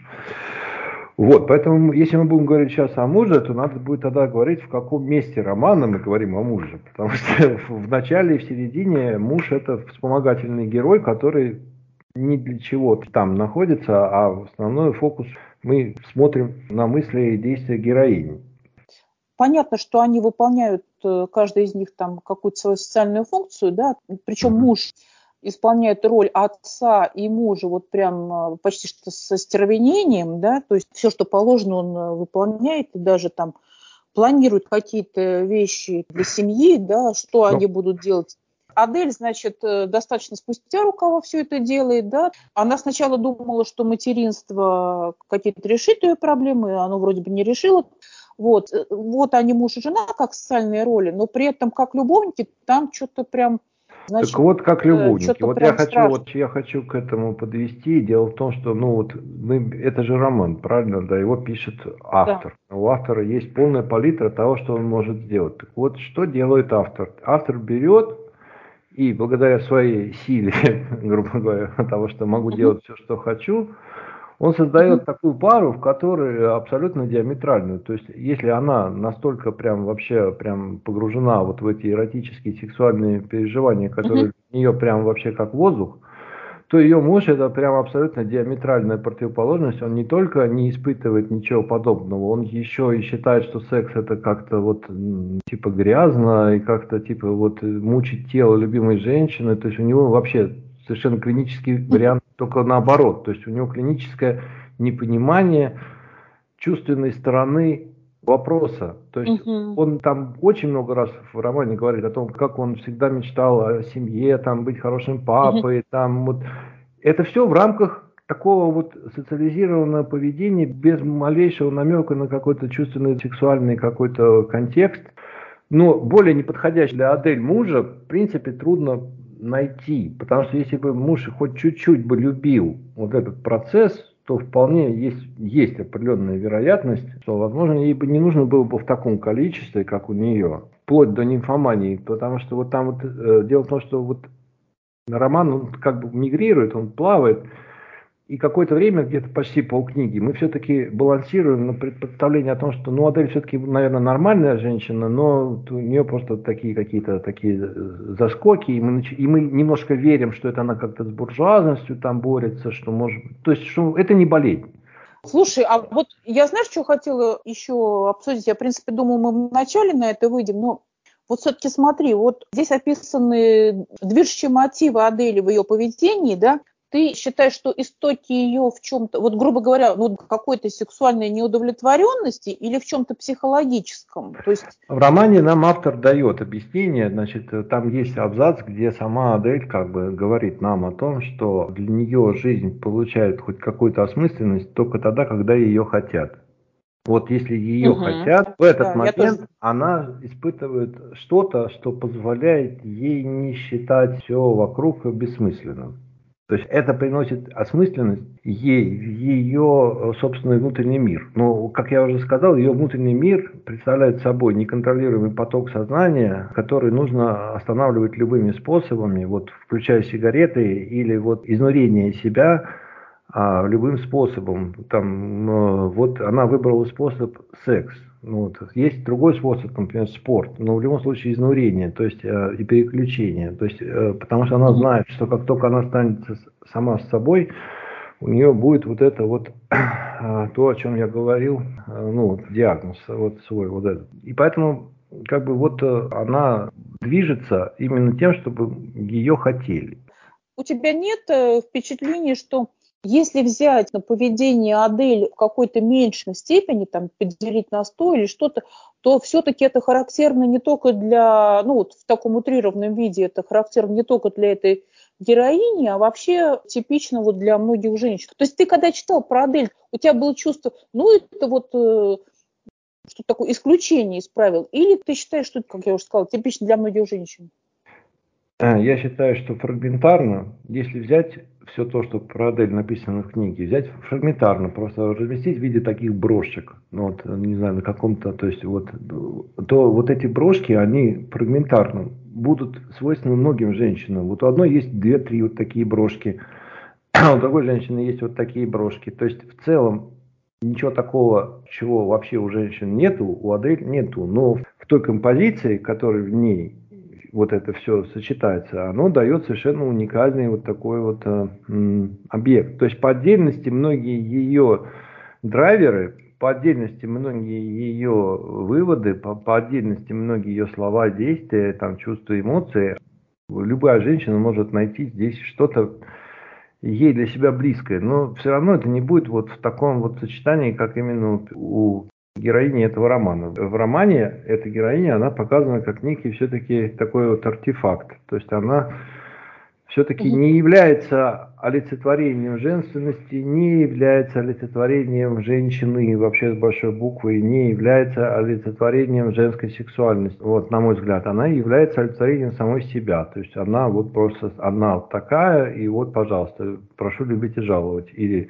Вот, поэтому, если мы будем говорить сейчас о муже, то надо будет тогда говорить, в каком месте романа мы говорим о муже. Потому что в начале и в середине муж – это вспомогательный герой, который ни для чего там находится, а основной фокус мы смотрим на мысли и действия героини. Понятно, что они выполняют, каждый из них там какую-то свою социальную функцию, да, причем муж исполняет роль отца и мужа вот прям почти что со стервенением, да, то есть все, что положено, он выполняет, и даже там планирует какие-то вещи для семьи, да, что они будут делать. Адель, значит, достаточно спустя рукава все это делает, да. Она сначала думала, что материнство какие-то решит ее проблемы, оно вроде бы не решило. Вот они муж и жена как социальные роли, но при этом как любовники там что-то прям, значит, так вот, как любовники. что-то Вот прям страшно. я хочу к этому подвести. Дело в том, что, ну вот, это же роман, правильно, да, его пишет Да. автор. У автора есть полная палитра того, что он может сделать. Так вот, что делает автор? Автор берет и благодаря своей силе, грубо говоря, того, что могу делать все, что хочу, он создает такую пару, в которой абсолютно диаметральную. То есть, если она настолько прям вообще прям погружена вот в эти эротические сексуальные переживания, которые для нее прям вообще как воздух, то ее муж это прям абсолютно диаметральная противоположность. Он не только не испытывает ничего подобного, он еще и считает, что секс это как-то вот типа грязно и как-то типа вот мучить тело любимой женщины. То есть у него вообще совершенно клинический вариант, только наоборот. То есть у него клиническое непонимание чувственной стороны вопроса. То есть он там очень много раз в романе говорит о том, как он всегда мечтал о семье, там, быть хорошим папой, там, вот. Это все в рамках такого вот социализированного поведения, без малейшего намека на какой-то чувственный, сексуальный какой-то контекст. Но более неподходящий для Адель мужа, в принципе, трудно найти. Потому что если бы муж хоть чуть-чуть бы любил вот этот процесс, то вполне есть определенная вероятность, что, возможно, ей бы не нужно было бы в таком количестве, как у нее, вплоть до нимфомании. Потому что вот там вот дело в том, что вот роман, он как бы мигрирует, он плавает. И какое-то время, где-то почти полкниги, мы все-таки балансируем на представление о том, что, ну, Адель все-таки, наверное, нормальная женщина, но у нее просто такие какие-то такие заскоки, и мы немножко верим, что это она как-то с буржуазностью там борется, что может, то есть, что это не болезнь. Слушай, а вот я, знаешь, что хотела еще обсудить? Я, в принципе, думаю, мы вначале на это выйдем, но вот все-таки смотри, вот здесь описаны движущие мотивы Адели в ее поведении, да? Ты считаешь, что истоки ее в чем-то, вот грубо говоря, ну, какой-то сексуальной неудовлетворенности или в чем-то психологическом? То есть... В романе нам автор дает объяснение, значит, там есть абзац, где сама Адель как бы говорит нам о том, что для нее жизнь получает хоть какую-то осмысленность только тогда, когда ее хотят. Вот если ее хотят, в этот момент она испытывает что-то, что позволяет ей не считать все вокруг бессмысленным. То есть это приносит осмысленность ей в ее собственный внутренний мир. Но, как я уже сказал, ее внутренний мир представляет собой неконтролируемый поток сознания, который нужно останавливать любыми способами, вот, включая сигареты или вот, изнурение себя любым способом. Там, вот она выбрала способ секс. Ну, вот. Есть другой способ, например, спорт, но в любом случае изнурение, то есть и переключение. То есть, потому что она знает, что как только она останется сама с собой, у нее будет вот это вот то, о чем я говорил, ну, диагноз вот свой вот этот. И поэтому как бы вот она движется именно тем, чтобы ее хотели. У тебя нет впечатления, что если взять на поведение Адель в какой-то меньшей степени, там, поделить на 100 или что-то, то все-таки это характерно не только для, ну, вот в таком утрированном виде, это характерно не только для этой героини, а вообще типично вот для многих женщин. То есть ты когда читал про Адель, у тебя было чувство, ну, это вот что такое исключение из правил, или ты считаешь, что это, как я уже сказала, типично для многих женщин? Я считаю, что фрагментарно, если взять все то, что про Адель написано в книге, взять фрагментарно, просто разместить в виде таких брошек, ну, вот, не знаю, на каком-то, то есть вот, то вот эти брошки, они фрагментарно будут свойственны многим женщинам. Вот у одной есть 2-3 вот такие брошки, а у другой женщины есть вот такие брошки. То есть в целом ничего такого, чего вообще у женщин нету, у Адель нету, но в той композиции, которая в ней вот это все сочетается, оно дает совершенно уникальный вот такой вот объект. То есть по отдельности многие ее драйверы, по отдельности многие ее выводы, по отдельности многие ее слова, действия, там, чувства, эмоции, любая женщина может найти здесь что-то ей для себя близкое, но все равно это не будет вот в таком вот сочетании, как именно у героини этого романа. В романе эта героиня, она показана как некий все-таки такой вот артефакт. То есть она все-таки не является олицетворением женственности, не является олицетворением женщины вообще с большой буквы, не является олицетворением женской сексуальности. Вот, на мой взгляд, она является олицетворением самой себя. То есть она вот просто, она такая, и вот, пожалуйста, прошу любить и жаловать. Или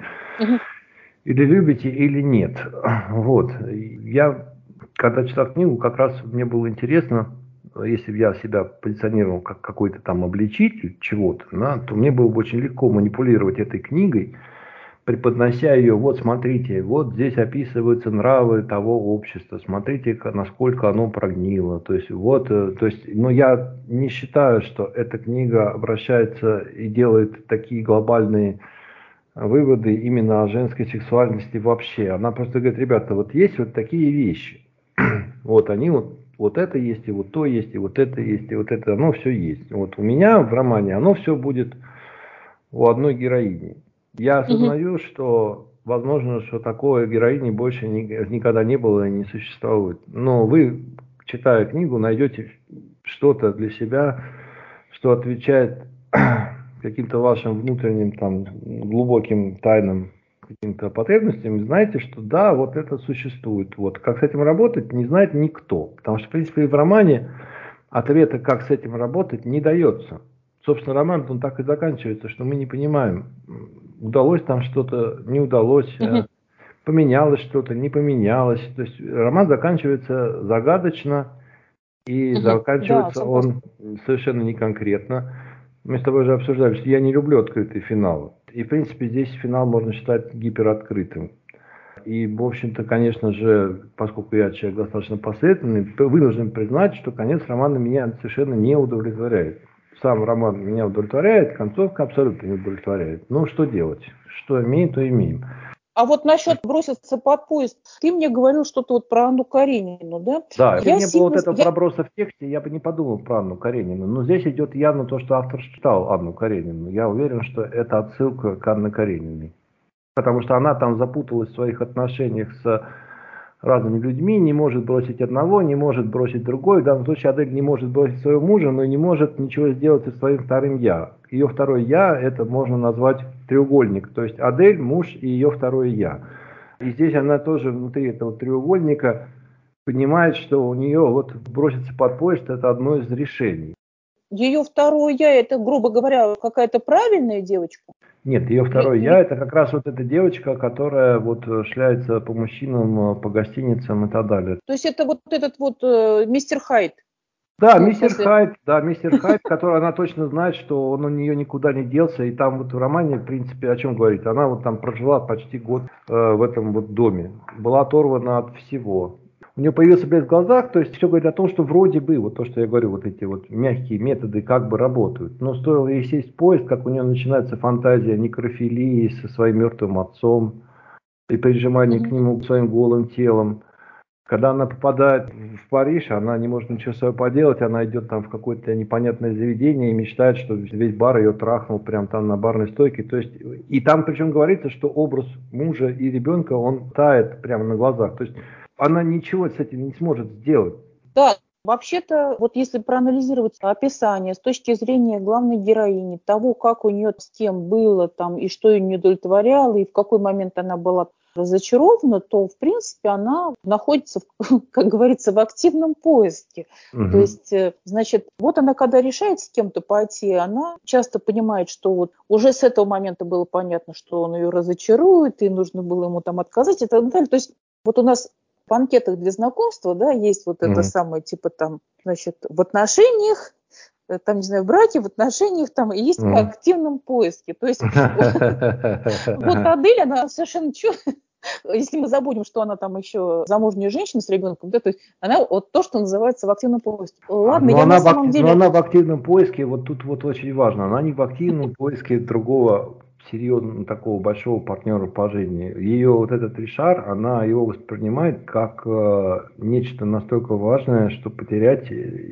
любите, или нет. Вот. Я, когда читал книгу, как раз мне было интересно, если бы я себя позиционировал как какой-то там обличитель чего-то, да, то мне было бы очень легко манипулировать этой книгой, преподнося ее, вот смотрите, вот здесь описываются нравы того общества, смотрите, насколько оно прогнило. То есть, вот, то есть, но я не считаю, что эта книга обращается и делает такие глобальные выводы именно о женской сексуальности вообще. Она просто говорит, ребята, вот есть вот такие вещи. Вот они вот это есть, и вот то есть, и вот это есть, и вот это, оно все есть. Вот у меня в романе оно все будет у одной героини. Я осознаю, что возможно, что такой героини больше никогда не было и не существует. Но вы, читая книгу, найдете что-то для себя, что отвечает каким-то вашим внутренним там глубоким тайным каким-то потребностям, знаете, что да, вот это существует. Вот как с этим работать, не знает никто. Потому что, в принципе, и в романе ответа, как с этим работать, не дается. Собственно, роман, он так и заканчивается, что мы не понимаем, удалось там что-то, не удалось, поменялось что-то, не поменялось. То есть роман заканчивается загадочно, и заканчивается он совершенно не конкретно. Мы с тобой уже обсуждали, что я не люблю открытые финалы. И, в принципе, здесь финал можно считать гипероткрытым. И, в общем-то, конечно же, поскольку я человек достаточно последовательный, вынужден признать, что конец романа меня совершенно не удовлетворяет. Сам роман меня удовлетворяет, концовка абсолютно не удовлетворяет. Ну, что делать? Что имеем, то имеем. А вот насчет броситься под поезд, ты мне говорил что-то вот про Анну Каренину, да? Да, если бы не было вот этого я... проброса в тексте, я бы не подумал про Анну Каренину. Но здесь идет явно то, что автор читал Анну Каренину. Я уверен, что это отсылка к Анне Карениной. Потому что она там запуталась в своих отношениях с разными людьми, не может бросить одного, не может бросить другой. В данном случае Адель не может бросить своего мужа, но и не может ничего сделать со своим вторым «я». Ее второе «я» это можно назвать треугольник. То есть Адель, муж и ее второе «я». И здесь она тоже внутри этого треугольника понимает, что у нее вот броситься под поезд это одно из решений. Ее второе «я» это, грубо говоря, какая-то правильная девочка? Нет, ее второе «я» это как раз вот эта девочка, которая вот шляется по мужчинам, по гостиницам и так далее. То есть это вот этот вот мистер Хайд? Да, Ну, мистер Хайд, который она точно знает, что он у нее никуда не делся, и там вот в романе, в принципе, о чем говорить, она вот там прожила почти год в этом вот доме, была оторвана от всего. У нее появился блеск в глазах, то есть все говорит о том, что вроде бы, вот то, что я говорю, вот эти вот мягкие методы как бы работают. Но стоило ей сесть в поезд, как у нее начинается фантазия некрофилии со своим мертвым отцом и прижимание к нему своим голым телом. Когда она попадает в Париж, она не может ничего с собой поделать, она идет там в какое-то непонятное заведение и мечтает, что весь бар ее трахнул прямо там на барной стойке. То есть, и там причем говорится, что образ мужа и ребенка, он тает прямо на глазах. То есть она ничего с этим не сможет сделать. Да, вообще-то, вот если проанализировать описание с точки зрения главной героини, того, как у нее с кем было там, и что ее не удовлетворяло, и в какой момент она была разочарована, то, в принципе, она находится, как говорится, в активном поиске. То есть, значит, вот она, когда решает с кем-то пойти, она часто понимает, что вот уже с этого момента было понятно, что он ее разочарует, и нужно было ему там отказать и так далее. То есть вот у нас в анкетах для знакомства, да, есть вот это самое, типа там, значит, в отношениях, там, не знаю, в браке, в отношениях, там, и есть в активном поиске. То есть вот Адель, она совершенно если мы забудем, что она там еще замужняя женщина с ребенком, да, то есть она вот то, что называется в активном поиске. Ладно, я на самом деле... Но она в активном поиске, вот тут вот очень важно, она не в активном поиске другого серьезного, такого большого партнера по жизни. Ее вот этот Ришар, она его воспринимает как нечто настолько важное, что потерять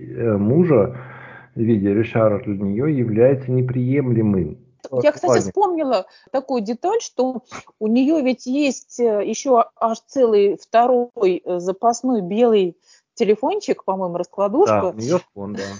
мужа в виде Ришара для нее является неприемлемым. Я, кстати, вспомнила такую деталь, что у нее ведь есть еще аж целый второй запасной белый телефончик, по-моему, раскладушка, да, у нее фон, да.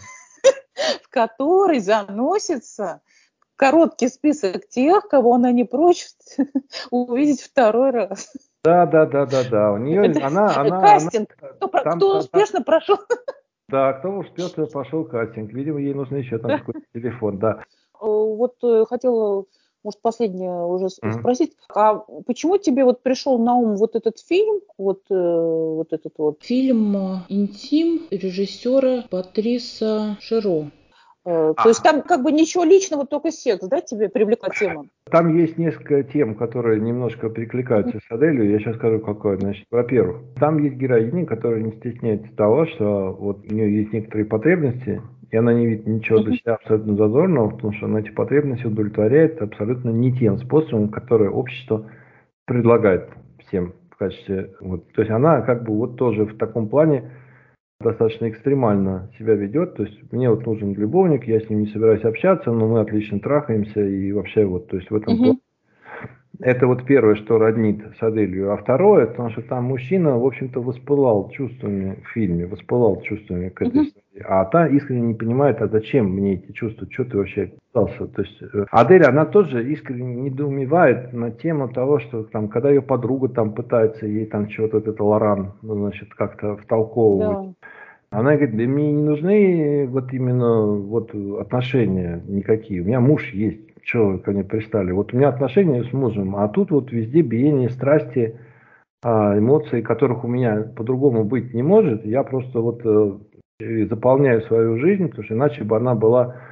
в который заносится короткий список тех, кого она не прочит увидеть второй раз. Да. У нее кастинг. Кто успешно прошел. Да, кто успешно пошел кастинг. Видимо, ей нужно еще там какой-то телефон, да. Вот хотела, может, последнее уже спросить, а почему тебе вот пришел на ум вот этот фильм, вот этот вот фильм «Интим» режиссера Патриса Широ? То есть там как бы ничего личного, только секс, да, тебе привлекла тема? Там есть несколько тем, которые немножко перекликаются с Аделью. Я сейчас скажу, какое. Значит, во-первых, там есть героиня, которая не стесняется того, что вот у нее есть некоторые потребности, и она не видит ничего для себя абсолютно зазорного, потому что она эти потребности удовлетворяет абсолютно не тем способом, который общество предлагает всем в качестве... Вот. То есть она как бы вот тоже в таком плане достаточно экстремально себя ведет, то есть мне вот нужен любовник, я с ним не собираюсь общаться, но мы отлично трахаемся и вообще вот, то есть в этом плане. Это вот первое, что роднит с Аделью. А второе, потому что там мужчина, в общем-то, воспылал чувствами в фильме, воспылал чувствами к этой истории. А та искренне не понимает, а зачем мне эти чувства, что ты вообще пытался. То есть Адель, она тоже искренне недоумевает на тему того, что там, когда ее подруга там пытается ей там чего-то, вот это Лоран, значит, как-то втолковывать. Да. Она говорит, да мне не нужны вот именно вот отношения никакие. У меня муж есть. Чего вы ко мне пристали? Вот у меня отношения с мужем, а тут вот везде биение страсти, эмоций, которых у меня по-другому быть не может. Я просто вот заполняю свою жизнь, потому что иначе бы она была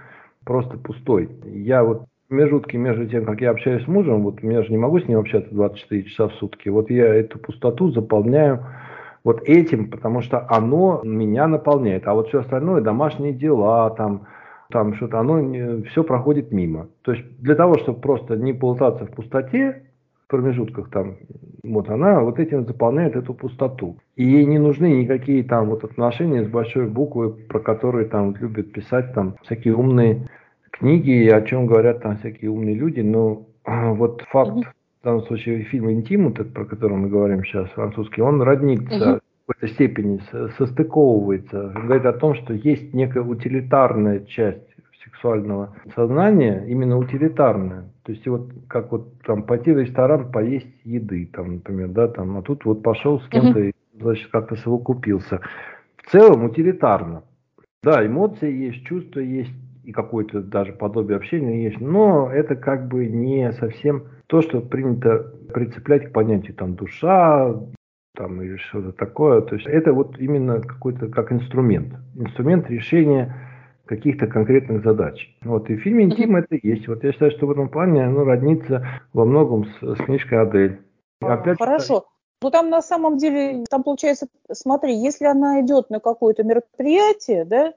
просто пустой. Я вот в промежутке между тем, как я общаюсь с мужем, вот я же не могу с ним общаться 24 часа в сутки, вот я эту пустоту заполняю вот этим, потому что оно меня наполняет. А вот все остальное, домашние дела, там что-то, оно все проходит мимо. То есть для того, чтобы просто не болтаться в пустоте, в промежутках там, вот она вот этим заполняет эту пустоту. И ей не нужны никакие там вот отношения с большой буквы, про которые там любят писать там всякие умные книги, о чем говорят там всякие умные люди. Но вот факт, в данном случае фильм «Интим», вот этот, про который мы говорим сейчас, французский, он роднится в какой-то степени, состыковывается, говорит о том, что есть некая утилитарная часть сексуального сознания, именно утилитарная. То есть вот как вот там пойти в ресторан, поесть еды, там, например, да, там, а тут вот пошел с кем-то и, значит, как-то совокупился. В целом утилитарно. Да, эмоции есть, чувства есть, и какое-то даже подобие общения есть, но это как бы не совсем то, что принято прицеплять к понятию там душа, там или что-то такое. То есть это вот именно какой-то как инструмент решения каких-то конкретных задач. Вот и в фильме «Интим» это есть. Вот я считаю, что в этом плане оно роднится во многом с книжкой Адель. Опять же, Хорошо. Ну там на самом деле, там получается, смотри, если она идет на какое-то мероприятие, да,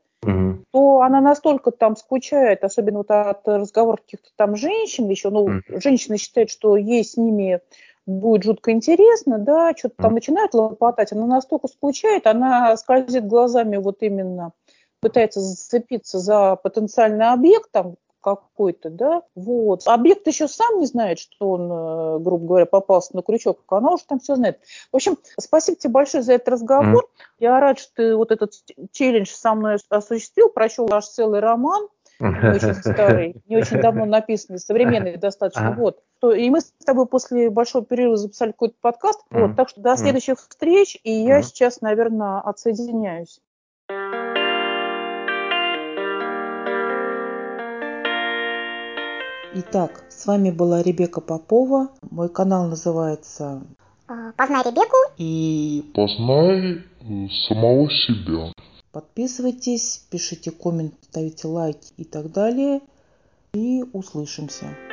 то она настолько там скучает, особенно вот от разговоров каких-то там женщин еще, ну, женщины считают, что ей с ними будет жутко интересно, да, что-то там начинают лопотать, она настолько скучает, она скользит глазами вот именно, пытается зацепиться за потенциальный объект там какой-то, да, вот. Объект еще сам не знает, что он, грубо говоря, попался на крючок, а она уже там все знает. В общем, спасибо тебе большое за этот разговор. Я рад, что ты вот этот челлендж со мной осуществил, прочел аж целый роман, не очень старый, не очень давно написанный, современный достаточно. Вот. И мы с тобой после большого перерыва записали какой-то подкаст. Вот. Так что до следующих встреч, и я сейчас, наверное, отсоединяюсь. Итак, с вами была Ребекка Попова. Мой канал называется Познай Ребекку. И познай самого себя. Подписывайтесь, пишите комменты, ставите лайки и так далее. И услышимся.